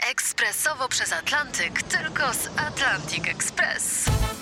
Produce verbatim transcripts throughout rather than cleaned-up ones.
Ekspresowo przez Atlantyk, tylko z Atlantic Express.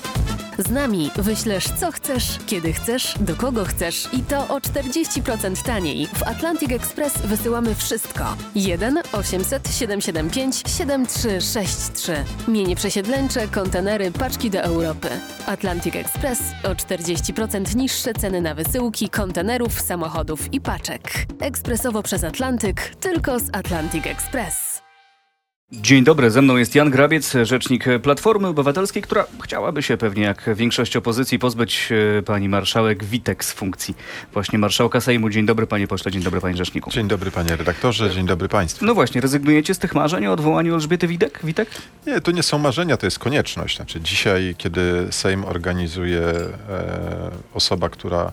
Z nami wyślesz co chcesz, kiedy chcesz, do kogo chcesz i to o czterdzieści procent taniej. W Atlantic Express wysyłamy wszystko. jeden osiemset siedemset siedemdziesiąt pięć siedemdziesiąt trzy sześćdziesiąt trzy. Mienie przesiedleńcze, kontenery, paczki do Europy. Atlantic Express o czterdzieści procent niższe ceny na wysyłki, kontenerów, samochodów i paczek. Ekspresowo przez Atlantyk, tylko z Atlantic Express. Dzień dobry, ze mną jest Jan Grabiec, rzecznik Platformy Obywatelskiej, która chciałaby się pewnie jak większość opozycji pozbyć e, pani marszałek Witek z funkcji właśnie marszałka Sejmu. Dzień dobry panie pośle, dzień dobry panie rzeczniku. Dzień dobry panie redaktorze, dzień dobry państwu. No właśnie, rezygnujecie z tych marzeń o odwołaniu Elżbiety Witek? Witek? Nie, to nie są marzenia, to jest konieczność. Znaczy dzisiaj, kiedy Sejm organizuje e, osoba, która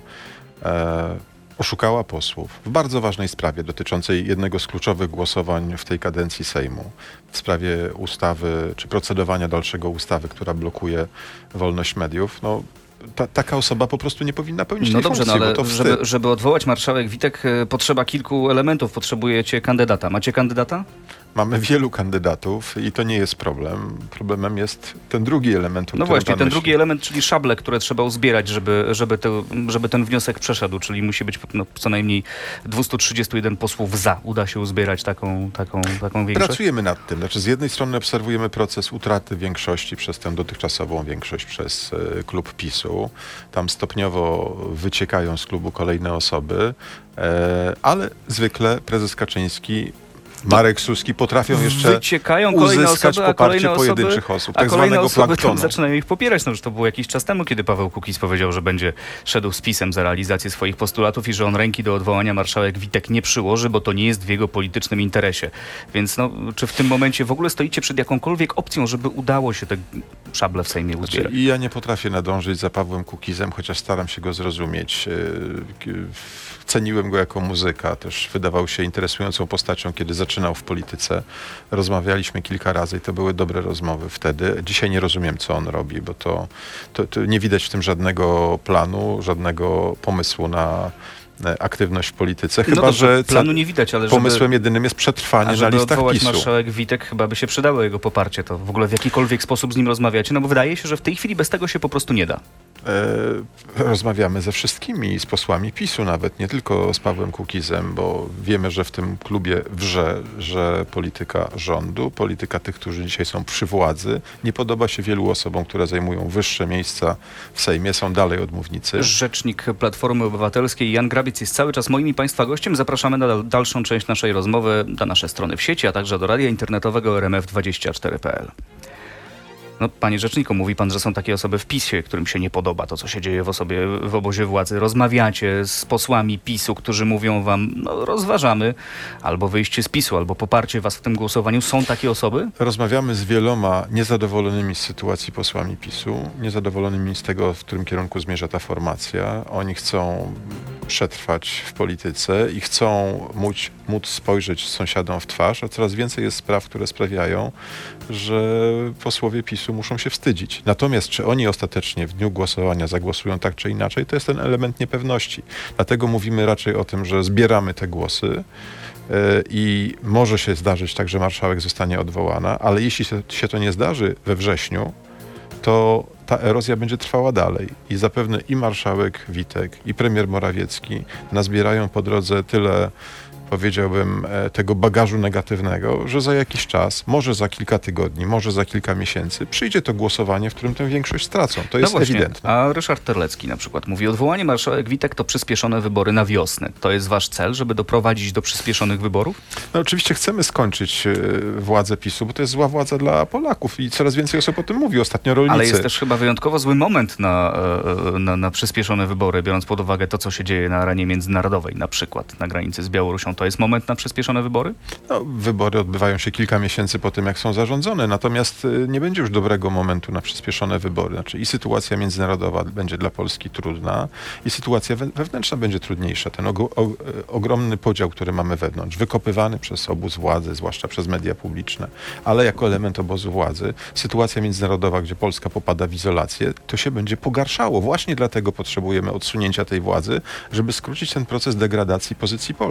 e, oszukała posłów w bardzo ważnej sprawie dotyczącej jednego z kluczowych głosowań w tej kadencji Sejmu, w sprawie ustawy, czy procedowania dalszego ustawy, która blokuje wolność mediów, no ta, taka osoba po prostu nie powinna pełnić No tej dobrze, funkcji, no ale bo to żeby, żeby odwołać marszałek Witek e, potrzeba kilku elementów, potrzebujecie kandydata. Macie kandydata? Mamy wielu kandydatów i to nie jest problem. Problemem jest ten drugi element, o No którym właśnie, pan ten myśli. drugi element, czyli szable, które trzeba uzbierać, żeby, żeby, te, żeby ten wniosek przeszedł, czyli musi być no, co najmniej dwieście trzydzieści jeden posłów za. Uda się uzbierać taką, taką, taką większość? Pracujemy nad tym. Znaczy, z jednej strony obserwujemy proces utraty większości przez tę dotychczasową większość, przez e, klub PiSu. Tam stopniowo wyciekają z klubu kolejne osoby, e, ale zwykle prezes Kaczyński, Marek Suski potrafią jeszcze Wyciekają kolejne uzyskać osoby, a poparcie kolejne osoby, pojedynczych osób, a tak kolejne zwanego osoby planktonu. tam zaczynają ich popierać. No, że to było jakiś czas temu, kiedy Paweł Kukiz powiedział, że będzie szedł z PiS-em za realizację swoich postulatów i że on ręki do odwołania marszałek Witek nie przyłoży, bo to nie jest w jego politycznym interesie. Więc no, czy w tym momencie w ogóle stoicie przed jakąkolwiek opcją, żeby udało się te szable w Sejmie uzbierać? Znaczy, I ja nie potrafię nadążyć za Pawłem Kukizem, chociaż staram się go zrozumieć. Yy, Ceniłem go jako muzyka, też wydawał się interesującą postacią, kiedy zaczynał w polityce. Rozmawialiśmy kilka razy i to były dobre rozmowy wtedy. Dzisiaj nie rozumiem, co on robi, bo to, to, to nie widać w tym żadnego planu, żadnego pomysłu na aktywność w polityce, chyba no dobrze, że planu nie widać, ale pomysłem żeby, jedynym jest przetrwanie a na żeby listach odwołać PiSu. marszałek Witek, chyba by się przydało jego poparcie. To w ogóle w jakikolwiek sposób z nim rozmawiacie? No bo wydaje się, że w tej chwili bez tego się po prostu nie da. E, rozmawiamy ze wszystkimi, z posłami PiSu nawet, nie tylko z Pawłem Kukizem, bo wiemy, że w tym klubie wrze, że polityka rządu, polityka tych, którzy dzisiaj są przy władzy, nie podoba się wielu osobom, które zajmują wyższe miejsca w Sejmie, są dalej od mównicy. Rzecznik Platformy Obywatelskiej Jan Grabiec jest cały czas moim i państwa gościem. Zapraszamy na dal- dalszą część naszej rozmowy, na nasze strony w sieci, a także do radia internetowego R M F dwadzieścia cztery kropka p l. No, panie rzeczniku, mówi pan, że są takie osoby w PiSie, którym się nie podoba to, co się dzieje w osobie, w obozie władzy. Rozmawiacie z posłami PiSu, którzy mówią wam, no rozważamy albo wyjście z PiSu, albo poparcie was w tym głosowaniu. Są takie osoby? Rozmawiamy z wieloma niezadowolonymi z sytuacji posłami PiSu, niezadowolonymi z tego, w którym kierunku zmierza ta formacja. Oni chcą przetrwać w polityce i chcą móc, móc spojrzeć sąsiadom w twarz, a coraz więcej jest spraw, które sprawiają, że posłowie PiSu muszą się wstydzić. Natomiast czy oni ostatecznie w dniu głosowania zagłosują tak czy inaczej, to jest ten element niepewności. Dlatego mówimy raczej o tym, że zbieramy te głosy yy, i może się zdarzyć tak, że marszałek zostanie odwołana, ale jeśli się, się to nie zdarzy we wrześniu, to ta erozja będzie trwała dalej i zapewne i marszałek Witek, i premier Morawiecki nazbierają po drodze tyle, powiedziałbym, tego bagażu negatywnego, że za jakiś czas, może za kilka tygodni, może za kilka miesięcy przyjdzie to głosowanie, w którym tę większość stracą. To jest no właśnie, ewidentne. A Ryszard Terlecki na przykład mówi, odwołanie marszałek Witek to przyspieszone wybory na wiosnę. To jest wasz cel, żeby doprowadzić do przyspieszonych wyborów? No oczywiście chcemy skończyć y, władzę PiSu, bo to jest zła władza dla Polaków i coraz więcej osób o tym mówi. Ostatnio rolnicy. Ale jest też chyba wyjątkowo zły moment na, na, na przyspieszone wybory, biorąc pod uwagę to, co się dzieje na arenie międzynarodowej, na przykład na granicy z Białorusią. To jest moment na przyspieszone wybory? No, wybory odbywają się kilka miesięcy po tym, jak są zarządzone, natomiast y, nie będzie już dobrego momentu na przyspieszone wybory. Znaczy i sytuacja międzynarodowa będzie dla Polski trudna i sytuacja we, wewnętrzna będzie trudniejsza. Ten og- o, ogromny podział, który mamy wewnątrz, wykopywany przez obóz władzy, zwłaszcza przez media publiczne, ale jako element obozu władzy, sytuacja międzynarodowa, gdzie Polska popada w izolację, to się będzie pogarszało. Właśnie dlatego potrzebujemy odsunięcia tej władzy, żeby skrócić ten proces degradacji pozycji Polski.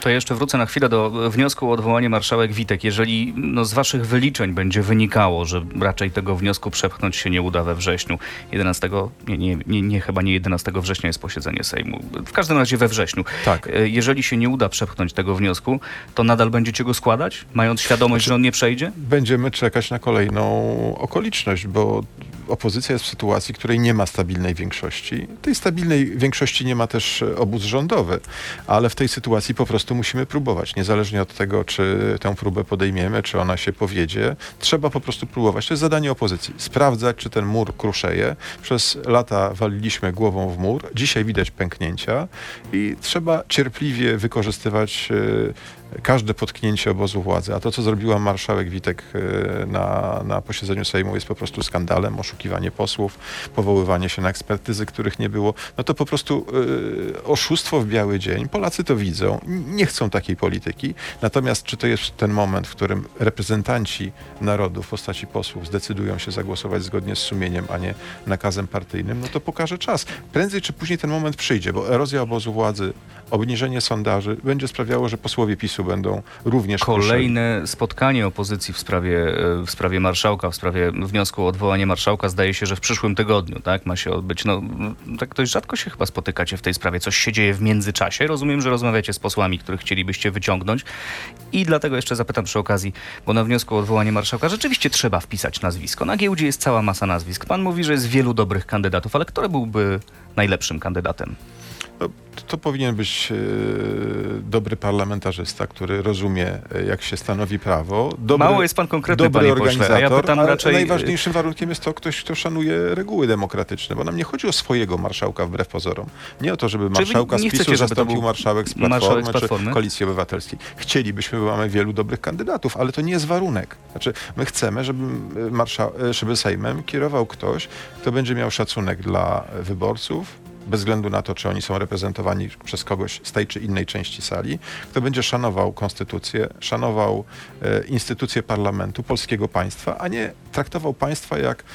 To jeszcze wrócę na chwilę do wniosku o odwołanie marszałek Witek. Jeżeli no, z waszych wyliczeń będzie wynikało, że raczej tego wniosku przepchnąć się nie uda we wrześniu, jedenastego, nie, nie, nie, nie chyba nie jedenastego września jest posiedzenie Sejmu, w każdym razie we wrześniu. Tak. Jeżeli się nie uda przepchnąć tego wniosku, to nadal będziecie go składać, mając świadomość, Znaczy, że on nie przejdzie? Będziemy czekać na kolejną okoliczność, bo opozycja jest w sytuacji, której nie ma stabilnej większości. Tej stabilnej większości nie ma też obóz rządowy, ale w tej sytuacji po prostu musimy próbować. Niezależnie od tego, czy tę próbę podejmiemy, czy ona się powiedzie, trzeba po prostu próbować. To jest zadanie opozycji. Sprawdzać, czy ten mur kruszeje. Przez lata waliliśmy głową w mur. Dzisiaj widać pęknięcia i trzeba cierpliwie wykorzystywać y, każde potknięcie obozu władzy. A to, co zrobiła marszałek Witek y, na, na posiedzeniu Sejmu, jest po prostu skandalem. Oszukiwanie posłów, powoływanie się na ekspertyzy, których nie było. No to po prostu y, oszustwo w biały dzień. Polacy to widzą. Nie chcą takiej polityki. Natomiast czy to jest ten moment, w którym reprezentanci narodu w postaci posłów zdecydują się zagłosować zgodnie z sumieniem, a nie nakazem partyjnym, no to pokaże czas. Prędzej czy później ten moment przyjdzie, bo erozja obozu władzy, obniżenie sondaży będzie sprawiało, że posłowie PiSu będą również Kolejne kruszeli. Spotkanie opozycji w sprawie, w sprawie marszałka, w sprawie wniosku o odwołanie marszałka zdaje się, że w przyszłym tygodniu, tak, ma się odbyć. No, tak dość rzadko się chyba spotykacie w tej sprawie. Coś się dzieje w międzyczasie. Rozumiem, że rozmawiacie z posłami, których chcielibyście wyciągnąć i dlatego jeszcze zapytam przy okazji, bo na wniosku o odwołanie marszałka rzeczywiście trzeba wpisać nazwisko. Na giełdzie jest cała masa nazwisk. Pan mówi, że jest wielu dobrych kandydatów, ale który byłby najlepszym kandydatem? To, to powinien być e, dobry parlamentarzysta, który rozumie, jak się stanowi prawo. Dobry, Mało jest pan konkretny, dobry panie organizator, pośle, a ja pytam ale raczej... najważniejszym warunkiem jest to ktoś, kto szanuje reguły demokratyczne, bo nam nie chodzi o swojego marszałka wbrew pozorom. Nie o to, żeby marszałka z nie PiSu chcecie, żeby to zastąpił był marszałek z Platformy, marszałek z Platformy? czy Koalicji Obywatelskiej. Chcielibyśmy, bo mamy wielu dobrych kandydatów, ale to nie jest warunek. Znaczy, my chcemy, żeby, marsza- żeby Sejmem kierował ktoś, kto będzie miał szacunek dla wyborców, bez względu na to, czy oni są reprezentowani przez kogoś z tej czy innej części sali, kto będzie szanował konstytucję, szanował e, instytucje parlamentu, polskiego państwa, a nie traktował państwa jak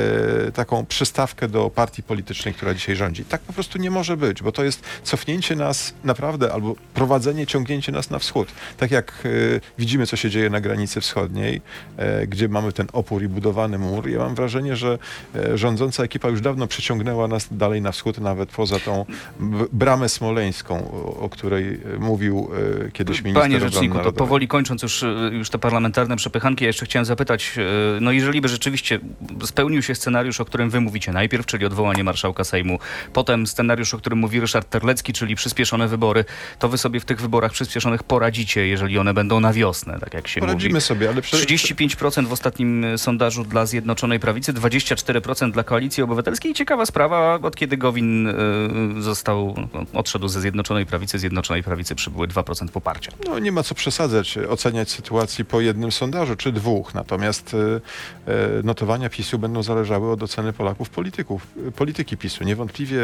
e, taką przystawkę do partii politycznej, która dzisiaj rządzi. Tak po prostu nie może być, bo to jest cofnięcie nas naprawdę albo prowadzenie, ciągnięcie nas na wschód. Tak jak e, widzimy, co się dzieje na granicy wschodniej, e, gdzie mamy ten opór i budowany mur. Ja mam wrażenie, że e, rządząca ekipa już dawno przeciągnęła nas dalej na wschód, nawet poza tą b- bramę smoleńską, o, o której mówił e, kiedyś minister Panie obrony rzeczniku, to narodowej. powoli kończąc już, już te parlamentarne przepychanki, ja jeszcze chciałem zapytać, e, no jeżeli by rzeczywiście spełnił się scenariusz, o którym wy mówicie najpierw, czyli odwołanie marszałka Sejmu, potem scenariusz, o którym mówi Ryszard Terlecki, czyli przyspieszone wybory, to wy sobie w tych wyborach przyspieszonych poradzicie, jeżeli one będą na wiosnę, tak jak się Poradzimy mówi. sobie, ale... Prze- trzydzieści pięć procent w ostatnim sondażu dla Zjednoczonej Prawicy, dwadzieścia cztery procent dla Koalicji Obywatelskiej. Ciekawa sprawa, od kiedy Gowin y, został, no, odszedł ze Zjednoczonej Prawicy, Zjednoczonej Prawicy przybyły dwa procent poparcia. No nie ma co przesadzać, oceniać sytuacji po jednym sondażu, czy dwóch. Natomiast e, notowania PiSu będą zależały od oceny Polaków polityków, polityki PiSu. Niewątpliwie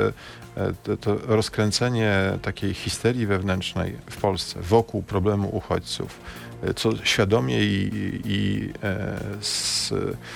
e, e, to, to rozkręcenie takiej histerii wewnętrznej w Polsce wokół problemu uchodźców, e, co świadomie i, i e, z,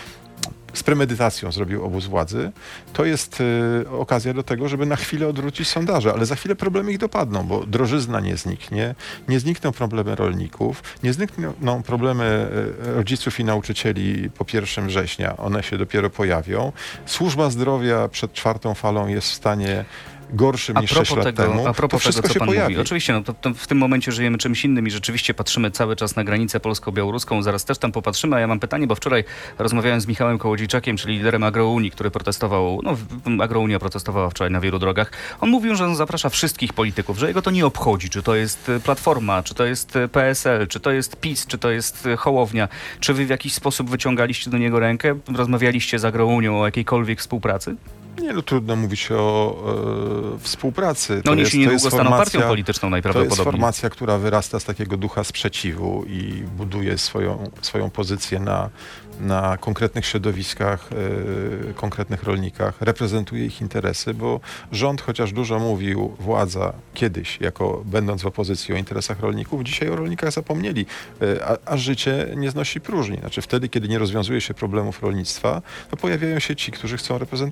z premedytacją zrobił obóz władzy, to jest y, okazja do tego, żeby na chwilę odwrócić sondaże, ale za chwilę problemy ich dopadną, bo drożyzna nie zniknie, nie znikną problemy rolników, nie znikną problemy y, rodziców i nauczycieli po pierwszego września, one się dopiero pojawią. Służba zdrowia przed czwartą falą jest w stanie gorszym niż sześć lat tego, temu, a propos to wszystko tego, co się pan pojawi. mówi. Oczywiście, no to, to w tym momencie żyjemy czymś innym i rzeczywiście patrzymy cały czas na granicę polsko-białoruską. Zaraz też tam popatrzymy, a ja mam pytanie, bo wczoraj rozmawiałem z Michałem Kołodziejczakiem, czyli liderem Agrounii, który protestował, no Agrounia protestowała wczoraj na wielu drogach. On mówił, że on zaprasza wszystkich polityków, że jego to nie obchodzi, czy to jest Platforma, czy to jest P S L, czy to jest PiS, czy to jest Hołownia. Czy wy w jakiś sposób wyciągaliście do niego rękę? Rozmawialiście z Agrounią o jakiejkolwiek współpracy? Nie, no trudno mówić o e, współpracy. No oni się niedługo staną partią formacja, polityczną to najprawdopodobniej. jest formacja, która wyrasta z takiego ducha sprzeciwu i buduje swoją, swoją pozycję na, na konkretnych środowiskach, e, konkretnych rolnikach, reprezentuje ich interesy, bo rząd, chociaż dużo mówił, władza kiedyś, jako będąc w opozycji o interesach rolników, dzisiaj o rolnikach zapomnieli, e, a, a życie nie znosi próżni. Znaczy wtedy, kiedy nie rozwiązuje się problemów rolnictwa, to pojawiają się ci, którzy chcą reprezentować te interesy.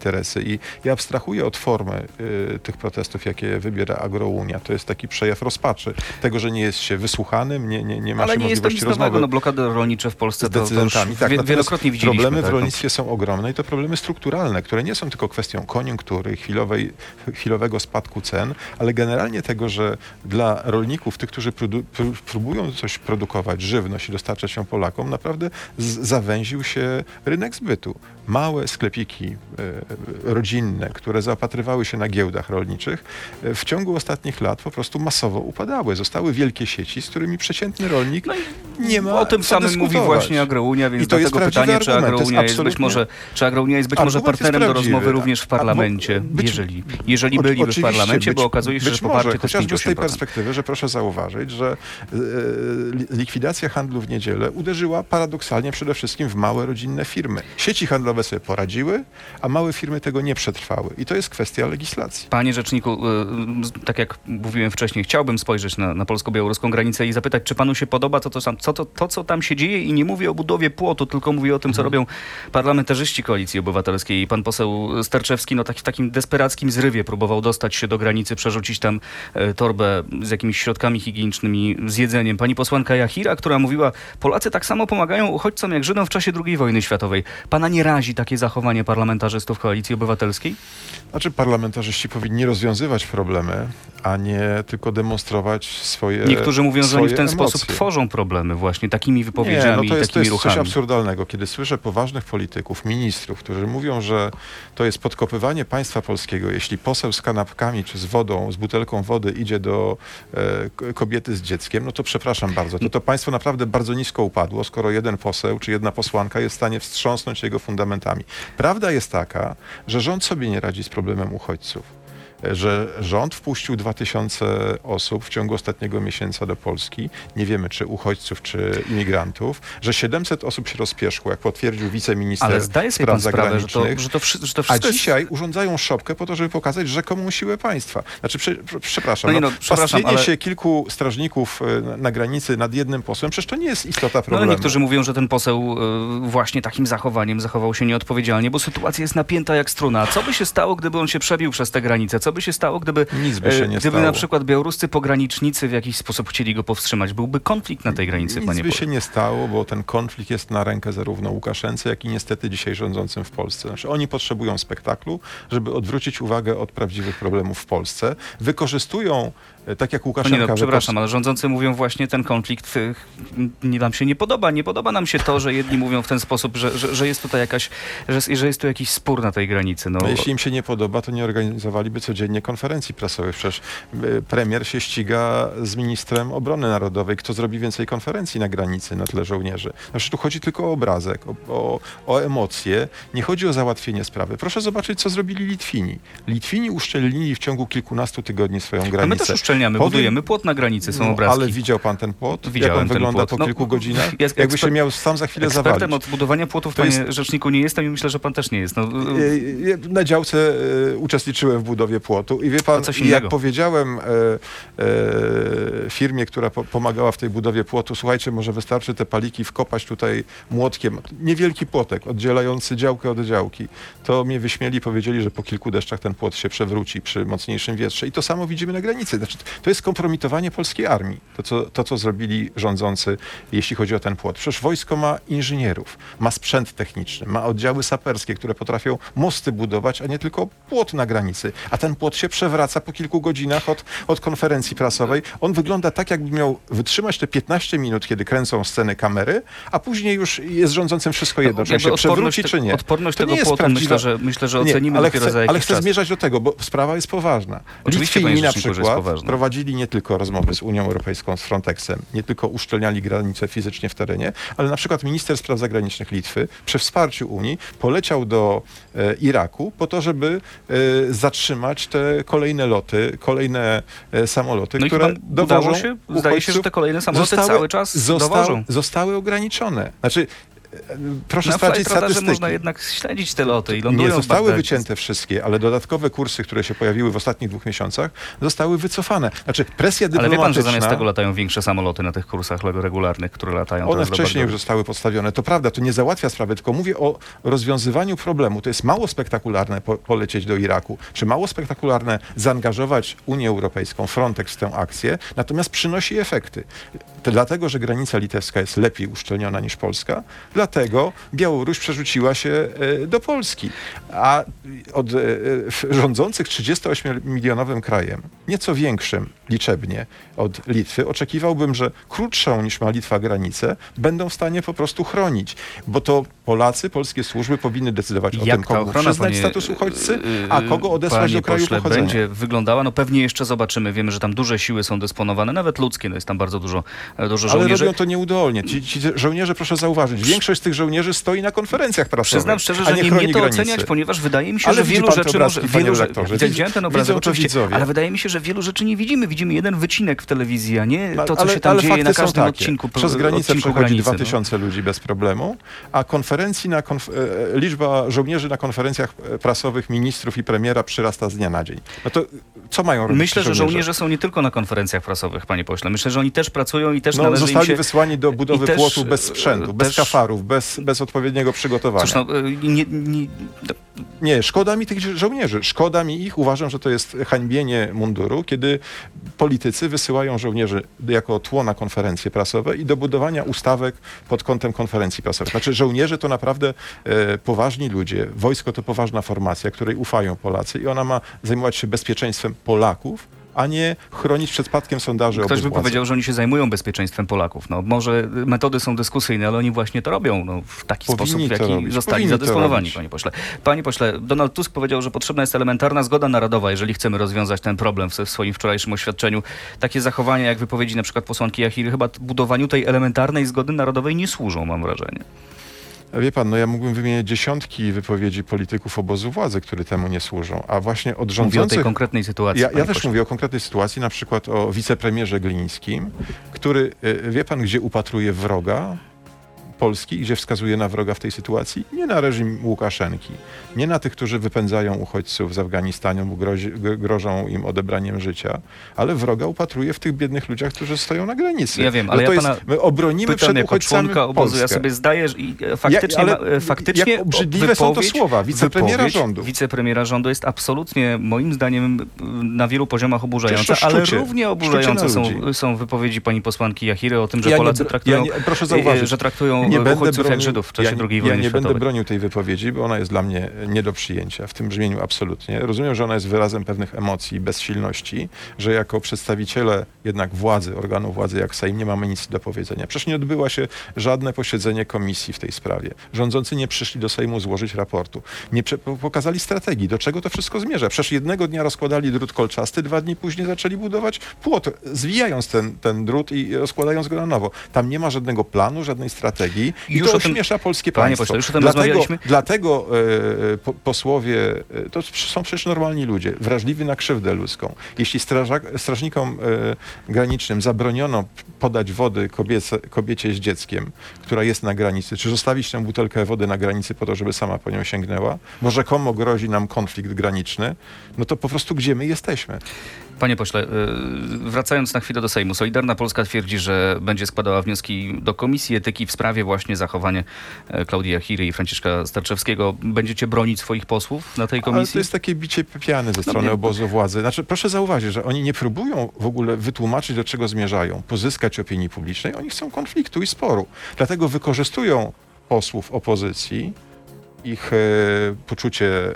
interesy. I ja abstrahuję od formy y, tych protestów, jakie wybiera Agrounia. To jest taki przejaw rozpaczy. Tego, że nie jest się wysłuchanym, nie, nie, nie ma Ale się nie jest to możliwości nic nowego, rozmowy. no blokady rolnicze w Polsce Z to, to już decydentami. Tak, wie, natomiast wielokrotnie widzieliśmy. problemy w tak, rolnictwie są ogromne i to problemy strukturalne, które nie są tylko kwestią koniunktury, chwilowej, chwilowego spadku cen, ale generalnie tego, że dla rolników, tych, którzy produ- pr- próbują coś produkować, żywność i dostarczać ją Polakom, naprawdę z- zawęził się rynek zbytu. Małe sklepiki e, rodzinne, które zaopatrywały się na giełdach rolniczych, e, w ciągu ostatnich lat po prostu masowo upadały. Zostały wielkie sieci, z którymi przeciętny rolnik No i nie ma o tym co samym mówi dyskutować. właśnie Agrounia, więc I to jest dlatego pytanie, prawdziwy czy argument. To jest Agrounia jest być absolutnie- może, czy Agrounia jest być może Argument jest partnerem do prawdziwy. rozmowy również w A, bo- parlamencie, być- jeżeli, jeżeli O- byliby w oczywiście, parlamencie, być, bo okazuje się, być że poparcie może, to jest chociażby z tej pięćdziesiąt procent. perspektywy, że proszę zauważyć, że e, li- likwidacja handlu w niedzielę uderzyła paradoksalnie przede wszystkim w małe rodzinne firmy. Sieci handlowe sobie poradziły, a małe firmy tego nie przetrwały. I to jest kwestia legislacji. Panie rzeczniku, y, tak jak mówiłem wcześniej, chciałbym spojrzeć na, na polsko-białoruską granicę i zapytać, czy panu się podoba to, to, tam- co, to, to, co tam się dzieje, i nie mówię o budowie płotu, tylko mówię o tym, co robią parlamentarzyści Koalicji Obywatelskiej. I pan poseł Sterczewski no, tak, w takim desperackim zrywie próbował dostać się do granicy, przerzucić tam e, torbę z jakimiś środkami higienicznymi, z jedzeniem. Pani posłanka Jachira, która mówiła, Polacy tak samo pomagają uchodźcom jak Żydom w czasie drugiej wojny światowej. Pana nie razi takie zachowanie parlamentarzystów Koalicji Obywatelskiej? Znaczy parlamentarzyści powinni rozwiązywać problemy, a nie tylko demonstrować swoje Niektórzy mówią, że oni w ten swoje sposób emocje. tworzą problemy właśnie takimi Nie, wypowiedziami no to i jest, to takimi jest coś ruchami. absurdalnego, kiedy słyszę poważnych polityków, ministrów, którzy mówią, że to jest podkopywanie państwa polskiego, jeśli poseł z kanapkami czy z wodą, z butelką wody idzie do e, k- kobiety z dzieckiem, no to przepraszam bardzo, to to państwo naprawdę bardzo nisko upadło, skoro jeden poseł czy jedna posłanka jest w stanie wstrząsnąć jego fundamentami. Prawda jest taka, że rząd sobie nie radzi z problemem uchodźców, że rząd wpuścił dwa tysiące osób w ciągu ostatniego miesiąca do Polski. Nie wiemy, czy uchodźców, czy imigrantów. Że siedemset osób się rozpieszło, jak potwierdził wiceminister Ale zdaje sobie spraw pan sprawę, że to, zagranicznych. że to, wszy- że to A wszystko jest... dzisiaj urządzają szopkę po to, żeby pokazać rzekomą siłę państwa. Znaczy, prze, prze, przepraszam, No nie no, no, przepraszam, pastwienie ale- się kilku strażników y, na, na granicy nad jednym posłem, przecież to nie jest istota No problemu. ale niektórzy mówią, że ten poseł y, właśnie takim zachowaniem zachował się nieodpowiedzialnie, bo sytuacja jest napięta jak struna. A co by się stało, gdyby on się przebił przez tę granicę? Co by się stało, gdyby, Nic by się e, nie gdyby stało. na przykład białoruscy pogranicznicy w jakiś sposób chcieli go powstrzymać? Byłby konflikt na tej granicy, Nic panie by pośle. się nie stało, bo ten konflikt jest na rękę zarówno Łukaszence, jak i niestety dzisiaj rządzącym w Polsce. Znaczy, oni potrzebują spektaklu, żeby odwrócić uwagę od prawdziwych problemów w Polsce. Wykorzystują, e, tak jak No Łukaszenka... nie no, przepraszam, wypos- ale rządzący mówią właśnie ten konflikt y, nie nam się nie podoba. Nie podoba nam się to, że jedni mówią w ten sposób, że, że, że jest tutaj jakaś, że, że jest tu jakiś spór na tej granicy. No, No, jeśli im się nie podoba, to nie organizowaliby codziennie konferencji prasowych. Przecież e, premier się ściga z ministrem obrony narodowej. Kto zrobi więcej konferencji na granicy na tle żołnierzy? Znaczy, tu chodzi tylko o obrazek, o, o, o emocje. Nie chodzi o załatwienie sprawy. Proszę zobaczyć, co zrobili Litwini. Litwini uszczelnili w ciągu kilkunastu tygodni swoją a my granicę. też uszczelniamy, Powiem- budujemy płot na granicy, są No, obrazki. ale widział pan ten płot? Widziałem Jak on ten wygląda płot. po No, kilku godzinach? jest Jakby eksper- się miał sam za chwilę Ekspertem zawalić. od budowania płotów, To panie jest- rzeczniku, nie jestem i myślę, że pan też nie jest. No, E, e, Na działce e, uczestniczyłem w budowie płotu i wie pan, coś jak innego. powiedziałem e, e, firmie, która po, pomagała w tej budowie płotu, słuchajcie, może wystarczy te paliki wkopać tutaj młotkiem. Niewielki płotek oddzielający działkę od działki. To mnie wyśmieli, powiedzieli, że po kilku deszczach ten płot się przewróci przy mocniejszym wietrze. I to samo widzimy na granicy. Znaczy, to jest kompromitowanie polskiej armii. To co, to, co zrobili rządzący, jeśli chodzi o ten płot. Przecież wojsko ma inżynierów, ma sprzęt techniczny, ma oddziały saperskie, które potrafią mosty budować, a nie tylko płot na granicy. A ten płot się przewraca po kilku godzinach od, od konferencji prasowej. On wygląda tak, jakby miał wytrzymać te piętnaście minut, kiedy kręcą sceny kamery, a później już jest rządzącym wszystko jedno, czy on jakby się odporność przewróci, te- czy nie. odporność To tego nie jest płotu prawdziwa- myślę, że- myślę, że Nie, ocenimy ale dopiero chcę, za jakiś Ale chcę czas. zmierzać do tego, bo sprawa jest poważna. Oczywiście, Litwini panie na rzeczniku, że jest przykład poważna. prowadzili nie tylko rozmowy z Unią Europejską, z Frontexem, nie tylko uszczelniali granice fizycznie w terenie, ale na przykład minister spraw zagranicznych Litwy przy wsparciu Unii poleciał do e, Iraku po to, żeby e, zatrzymać te kolejne loty, kolejne e, samoloty, No i które chyba dowożą udało się? Zdaje się, że te kolejne samoloty cały czas zostały, dowożą. zostały ograniczone. Znaczy, proszę Na sprawdzić flight radarze statystyki. można jednak śledzić te loty i lądują Nie w zostały Bagdadzie. wycięte wszystkie, ale dodatkowe kursy, które się pojawiły w ostatnich dwóch miesiącach, zostały wycofane. Znaczy presja Ale dyplomatyczna... wie pan, że zamiast tego latają większe samoloty na tych kursach regularnych, które latają One teraz do wcześniej już Bagdadu. zostały postawione. To prawda, to nie załatwia sprawy, tylko mówię o rozwiązywaniu problemu. To jest mało spektakularne po, polecieć do Iraku, czy mało spektakularne zaangażować Unię Europejską, Frontex w tę akcję, natomiast przynosi efekty. To dlatego, że granica litewska jest lepiej uszczelniona niż Polska, dlatego Białoruś przerzuciła się e, do Polski. A od e, e, rządzących trzydziestoośmiomilionowym krajem, nieco większym liczebnie od Litwy, oczekiwałbym, że krótszą niż ma Litwa granicę będą w stanie po prostu chronić, bo to Polacy, polskie służby powinny decydować o Jak tym, ta komu ochrona, przyznać panie, status uchodźcy, a kogo odesłać panie do kraju pośle, pochodzenia. będzie wyglądała, no pewnie jeszcze zobaczymy. Wiemy, że tam duże siły są dysponowane, nawet ludzkie, no jest tam bardzo dużo, dużo Ale żołnierzy. robią to nieudolnie. Ci, ci żołnierze, proszę zauważyć, większość z tych żołnierzy stoi na konferencjach prasowych, Przyznam szczerze, a że nie nie chroni mnie to granicy. oceniać, ponieważ wydaje mi się, Ale że widzi wielu pan te rzeczy obrazki, może... panie Wielu, redaktorze. ja widziałem ten obrazek Widzą to oczywiście, widzowie. ale wydaje mi się, że wielu rzeczy nie widzimy. Widzimy jeden wycinek w telewizji, a nie to, co ale, się tam ale dzieje fakty na są każdym takie. odcinku Przez granicę odcinku przechodzi granicy, dwa no. tysiące ludzi bez problemu, a konferencji na konf e, liczba żołnierzy na konferencjach prasowych ministrów i premiera przyrasta z dnia na dzień. No to co mają robić Myślę, ci że żołnierze są nie tylko na konferencjach prasowych, panie pośle. Myślę, że oni też pracują i też No, należy zostali im się... wysłani do budowy i też, płotu bez sprzętu, e, bez też- kafarów, bez, bez odpowiedniego przygotowania. Cóż, no, nie, nie, Nie, szkoda mi tych żołnierzy. Szkoda mi ich. Uważam, że to jest hańbienie munduru, kiedy politycy wysyłają żołnierzy jako tło na konferencje prasowe i do budowania ustawek pod kątem konferencji prasowych. Znaczy żołnierze to naprawdę e, poważni ludzie. Wojsko to poważna formacja, której ufają Polacy i ona ma zajmować się bezpieczeństwem Polaków, a nie chronić przed spadkiem sondaży Ktoś by obu władzy. powiedział, że oni się zajmują bezpieczeństwem Polaków. No, może metody są dyskusyjne, ale oni właśnie to robią no, w taki Powinni sposób, w to jaki robić. zostali Powinni to zadysponowani, robić. panie pośle. Panie pośle, Donald Tusk powiedział, że potrzebna jest elementarna zgoda narodowa, jeżeli chcemy rozwiązać ten problem w, w swoim wczorajszym oświadczeniu. Takie zachowania, jak wypowiedzi na przykład posłanki Jachiry, chyba budowaniu tej elementarnej zgody narodowej nie służą, mam wrażenie. Wie pan, no ja mógłbym wymieniać dziesiątki wypowiedzi polityków obozu władzy, które temu nie służą, a właśnie od Mówię o rządzących... tej konkretnej sytuacji. Ja, panie ja też pośle. mówię o konkretnej sytuacji, na przykład o wicepremierze Glińskim, który, y, wie pan, gdzie upatruje wroga Polski, gdzie wskazuje na wroga w tej sytuacji? Nie na reżim Łukaszenki, nie na tych, którzy wypędzają uchodźców z Afganistanu, bo grozi, gro- grożą im odebraniem życia, ale wroga upatruje w tych biednych ludziach, którzy stoją na granicy. Ja wiem, No ale to ja jest, pana my obronimy Pytam przed jako uchodźcami członka obozu, ja Polskę. sobie zdaję, że i e, faktycznie, ale ma, e, faktycznie jak obrzydliwe są to wypowiedź- słowa wicepremiera wypowiedź rządu. Wicepremiera rządu jest absolutnie, moim zdaniem, na wielu poziomach oburzająca, Przecież to ale szczucie. równie Szczucie oburzające na są, ludzi. są wypowiedzi pani posłanki Jachiry o tym, że Ja nie Polacy br- traktują, ja nie- proszę zauważyć, e, że traktują nie będę uchodźców jak bronił- Żydów w czasie ja nie- drugiej Ja wojny nie światowej. będę bronił tej wypowiedzi, bo ona jest dla mnie nie do przyjęcia w tym brzmieniu absolutnie. Rozumiem, że ona jest wyrazem pewnych emocji, bezsilności, że jako przedstawiciele jednak władzy, organu władzy jak Sejm nie mamy nic do powiedzenia. Przecież nie odbyło się żadne posiedzenie komisji w tej sprawie. Rządzący nie przyszli do Sejmu złożyć raportu. Nie prze- pokazali strategii, do czego to wszystko zmierza. Przecież jednego dnia rozkładali drut kolczasty, dwa dni później zaczęli budować płot, zwijając ten, ten drut i rozkładając go na nowo. Tam nie ma żadnego planu, żadnej strategii i Już to o tym- ośmiesza polskie Panie państwo. pośle, już o tym dlatego, rozmawialiśmy. dlatego e, po, posłowie, e, to są przecież normalni ludzie, wrażliwi na krzywdę ludzką. Jeśli strażak, strażnikom e, granicznym zabroniono podać wody kobiece, kobiecie z dzieckiem, która jest na granicy, czy zostawić tę butelkę wody na granicy po to, żeby sama po nią sięgnęła, bo rzekomo grozi nam konflikt graniczny, no to po prostu gdzie my jesteśmy? Panie pośle, y, wracając na chwilę do Sejmu, Solidarna Polska twierdzi, że będzie składała wnioski do Komisji Etyki w sprawie właśnie zachowania e, Klaudii Jachiry i Franciszka Sterczewskiego. Będziecie bronić swoich posłów na tej Ale komisji? to jest takie bicie piany ze strony nie- obozu władzy. Znaczy, proszę zauważyć, że oni nie próbują w ogóle wytłumaczyć, do czego zmierzają, pozyskać opinii publicznej. Oni chcą konfliktu i sporu. Dlatego wykorzystują posłów opozycji, ich e, poczucie e,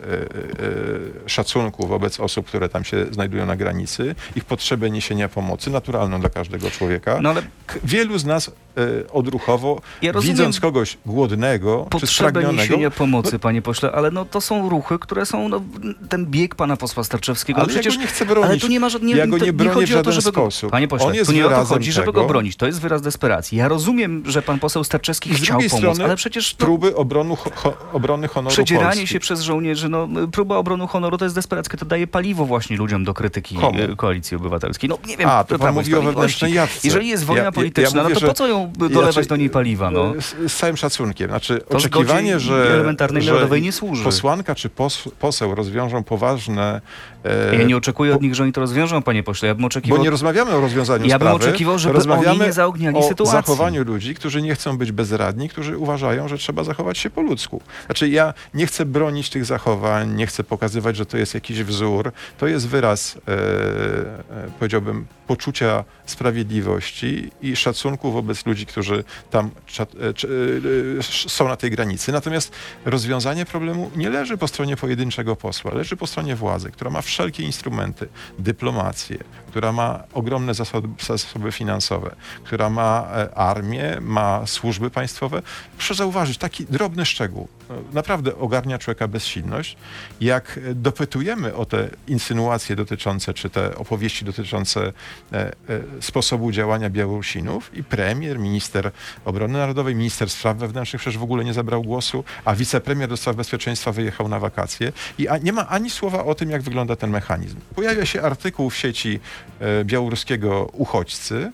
e, szacunku wobec osób, które tam się znajdują na granicy, ich potrzebę niesienia pomocy, naturalną dla każdego człowieka. No ale K- Wielu z nas e, odruchowo, Ja rozumiem widząc kogoś głodnego czy potrzebę spragnionego, niesienia pomocy, panie pośle, ale no to są ruchy, które są, no, ten bieg pana posła Sterczewskiego, ale no przecież... ja go nie chcę bronić. Ale tu nie ma żadnego... Ja go nie bronię chodzi w o to, żaden żeby go, sposób. Panie pośle, On jest tu nie o to wyrazem chodzi, żeby tego. go bronić. To jest wyraz desperacji. Ja rozumiem, że pan poseł Sterczewski I z chciał drugiej pomóc, strony ale przecież... No, próby obronu, ho, ho, obrony obrony honoru Przedzieranie Polski. się przez żołnierzy, no próba obrony honoru to jest desperackie, to daje paliwo właśnie ludziom do krytyki Komu? e, Koalicji Obywatelskiej. No nie wiem, A, to pan Prawo i mówi o Sprawiedliwości. wewnętrznej jawce. Jeżeli jest wojna Ja- ja- ja polityczna, mówię, no to że- po co ją dolewać Znaczy, do niej paliwa? No? Z, z całym szacunkiem. Znaczy, To oczekiwanie, zgodzie że, elementarnej że narodowej nie służy. posłanka czy pos, poseł rozwiążą poważne... E, Ja nie oczekuję od nich, że oni to rozwiążą, panie pośle. Ja bym Bo oczekiwał... nie rozmawiamy o rozwiązaniu Ja bym sprawy. oczekiwał, żeby rozmawiamy oni nie zaogniali o sytuacji. zachowaniu ludzi, którzy nie chcą być bezradni, którzy uważają, że trzeba zachować się po ludzku. Znaczy ja nie chcę bronić tych zachowań, nie chcę pokazywać, że to jest jakiś wzór. To jest wyraz, e, e, powiedziałbym, poczucia sprawiedliwości i szacunku wobec ludzi, którzy tam cza- e, cz- e, są na tej granicy. Natomiast rozwiązanie problemu nie leży po stronie pojedynczego posła, leży po stronie władzy, która ma wszelkie instrumenty, dyplomację, która ma ogromne zasoby, zasoby finansowe, która ma e, armię, ma służby państwowe. Proszę zauważyć, taki drobny szczegół, no, naprawdę ogarnia człowieka bezsilność. Jak e, dopytujemy o te insynuacje dotyczące, czy te opowieści dotyczące e, e, sposobu działania Białorusinów i premier, minister obrony narodowej, minister spraw wewnętrznych przecież w ogóle nie zabrał głosu, a wicepremier do spraw bezpieczeństwa wyjechał na wakacje i a, nie ma ani słowa o tym, jak wygląda ten mechanizm. Pojawia się artykuł w sieci e, białoruskiego uchodźcy,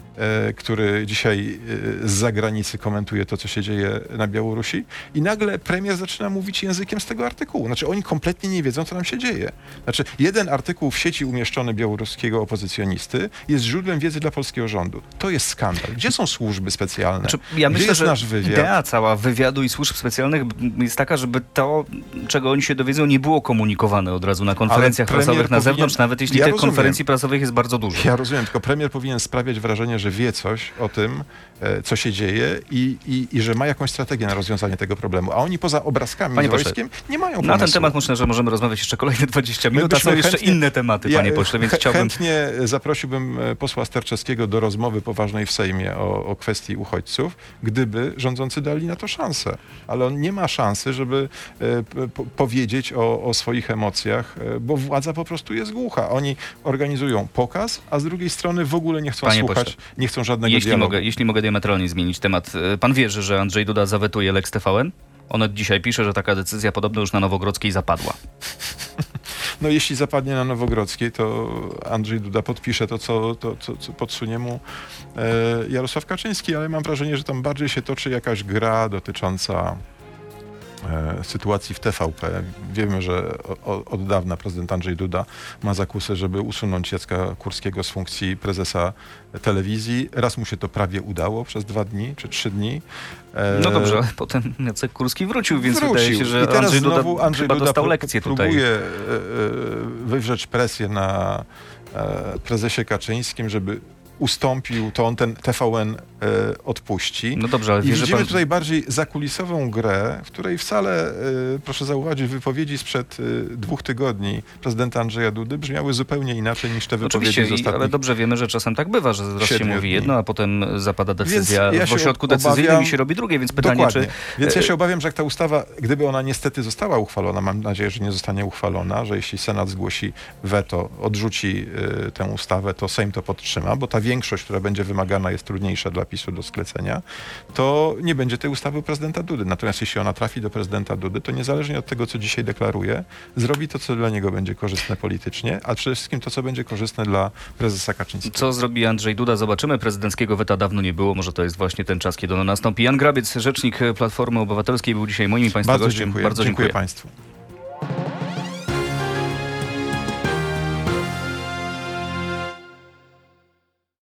e, który dzisiaj e, z zagranicy komentuje to, co się dzieje na Białorusi i nagle premier zaczyna mówić językiem z tego artykułu. Znaczy oni kompletnie nie wiedzą, co tam się dzieje. Znaczy jeden artykuł w sieci umieszczony białoruskiego opozycjonisty jest źródłem wiedzy dla polskiego rządu. To jest skandal. Gdzie są służby specjalne? Znaczy, ja Gdzie myślę, jest że nasz wywiad? idea cała wywiadu i służb specjalnych jest taka, żeby to, czego oni się dowiedzą, nie było komunikowane od razu na konferencjach premier prasowych na powinien- zewnątrz, nawet jeśli Ja tych rozumiem. konferencji prasowych jest bardzo dużo. Ja rozumiem, tylko premier powinien sprawiać wrażenie, że wie coś o tym, e, co się dzieje i, i, i że ma jakąś strategię na rozwiązanie tego problemu. A oni poza obrazkami Panie z pośle, wojskiem nie mają pomysłu. Na ten temat myślę, że możemy rozmawiać jeszcze kolejne dwadzieścia minut, a byśmy są jeszcze chętnie- inne tematy, panie Ja, pośle, więc ch- chciałbym... Chętnie zaprosiłbym e, posła Sterczewskiego do rozmowy poważnej w Sejmie o, o kwestii uchodźców, gdyby rządzący dali na to szansę. Ale on nie ma szansy, żeby e, p- po, powiedzieć o, o swoich emocjach, e, bo władza po prostu jest głucha. Oni organizują pokaz, a z drugiej strony w ogóle nie chcą Panie słuchać, pośle, nie chcą żadnego Jeśli dialogu. mogę, jeśli mogę diametralnie zmienić temat. Pan wierzy, że Andrzej Duda zawetuje Lex T V N? On od dzisiaj pisze, że taka decyzja podobno już na Nowogrodzkiej zapadła. No jeśli zapadnie na Nowogrodzkiej, to Andrzej Duda podpisze to, co, to, co, co podsunie mu e, Jarosław Kaczyński, ale mam wrażenie, że tam bardziej się toczy jakaś gra dotycząca e, sytuacji w T V P. Wiemy, że o, od dawna prezydent Andrzej Duda ma zakusy, żeby usunąć Jacka Kurskiego z funkcji prezesa telewizji. Raz mu się to prawie udało przez dwa dni czy trzy dni. E, No dobrze, ale potem Jacek Kurski wrócił, więc wrócił. wydaje się, że I teraz Andrzej Duda znowu Andrzej chyba Duda dostał pró- lekcję tutaj. próbuje e, e, wywrzeć presję na e, prezesie Kaczyńskim, żeby ustąpił, to on ten T V N e, odpuści. No dobrze, ale I wierzy widzimy pan... tutaj bardziej zakulisową grę, w której wcale, e, proszę zauważyć, wypowiedzi sprzed e, dwóch tygodni prezydenta Andrzeja Dudy brzmiały zupełnie inaczej niż te wypowiedzi Oczywiście, z i, ostatnich. ale dobrze wiemy, że czasem tak bywa, że raz się siedmiu mówi dni. jedno, a potem zapada decyzja ja w się ośrodku obawiam- decyzyjnym i się robi drugie, więc pytanie, Dokładnie. czy... Więc ja się obawiam, że jak ta ustawa, gdyby ona niestety została uchwalona, mam nadzieję, że nie zostanie uchwalona, że jeśli Senat zgłosi weto, odrzuci y, tę ustawę, to Sejm to podtrzyma, bo ta większość, która będzie wymagana, jest trudniejsza dla PiSu do sklecenia, to nie będzie tej ustawy u prezydenta Dudy. Natomiast jeśli ona trafi do prezydenta Dudy, to niezależnie od tego, co dzisiaj deklaruje, zrobi to, co dla niego będzie korzystne politycznie, a przede wszystkim to, co będzie korzystne dla prezesa Kaczyńskiego. Co zrobi Andrzej Duda? Zobaczymy. Prezydenckiego weta dawno nie było. Może to jest właśnie ten czas, kiedy ono nastąpi. Jan Grabiec, rzecznik Platformy Obywatelskiej, był dzisiaj moim i Państwa Bardzo gościem. dziękuję. Bardzo dziękuję dziękuję. Państwu.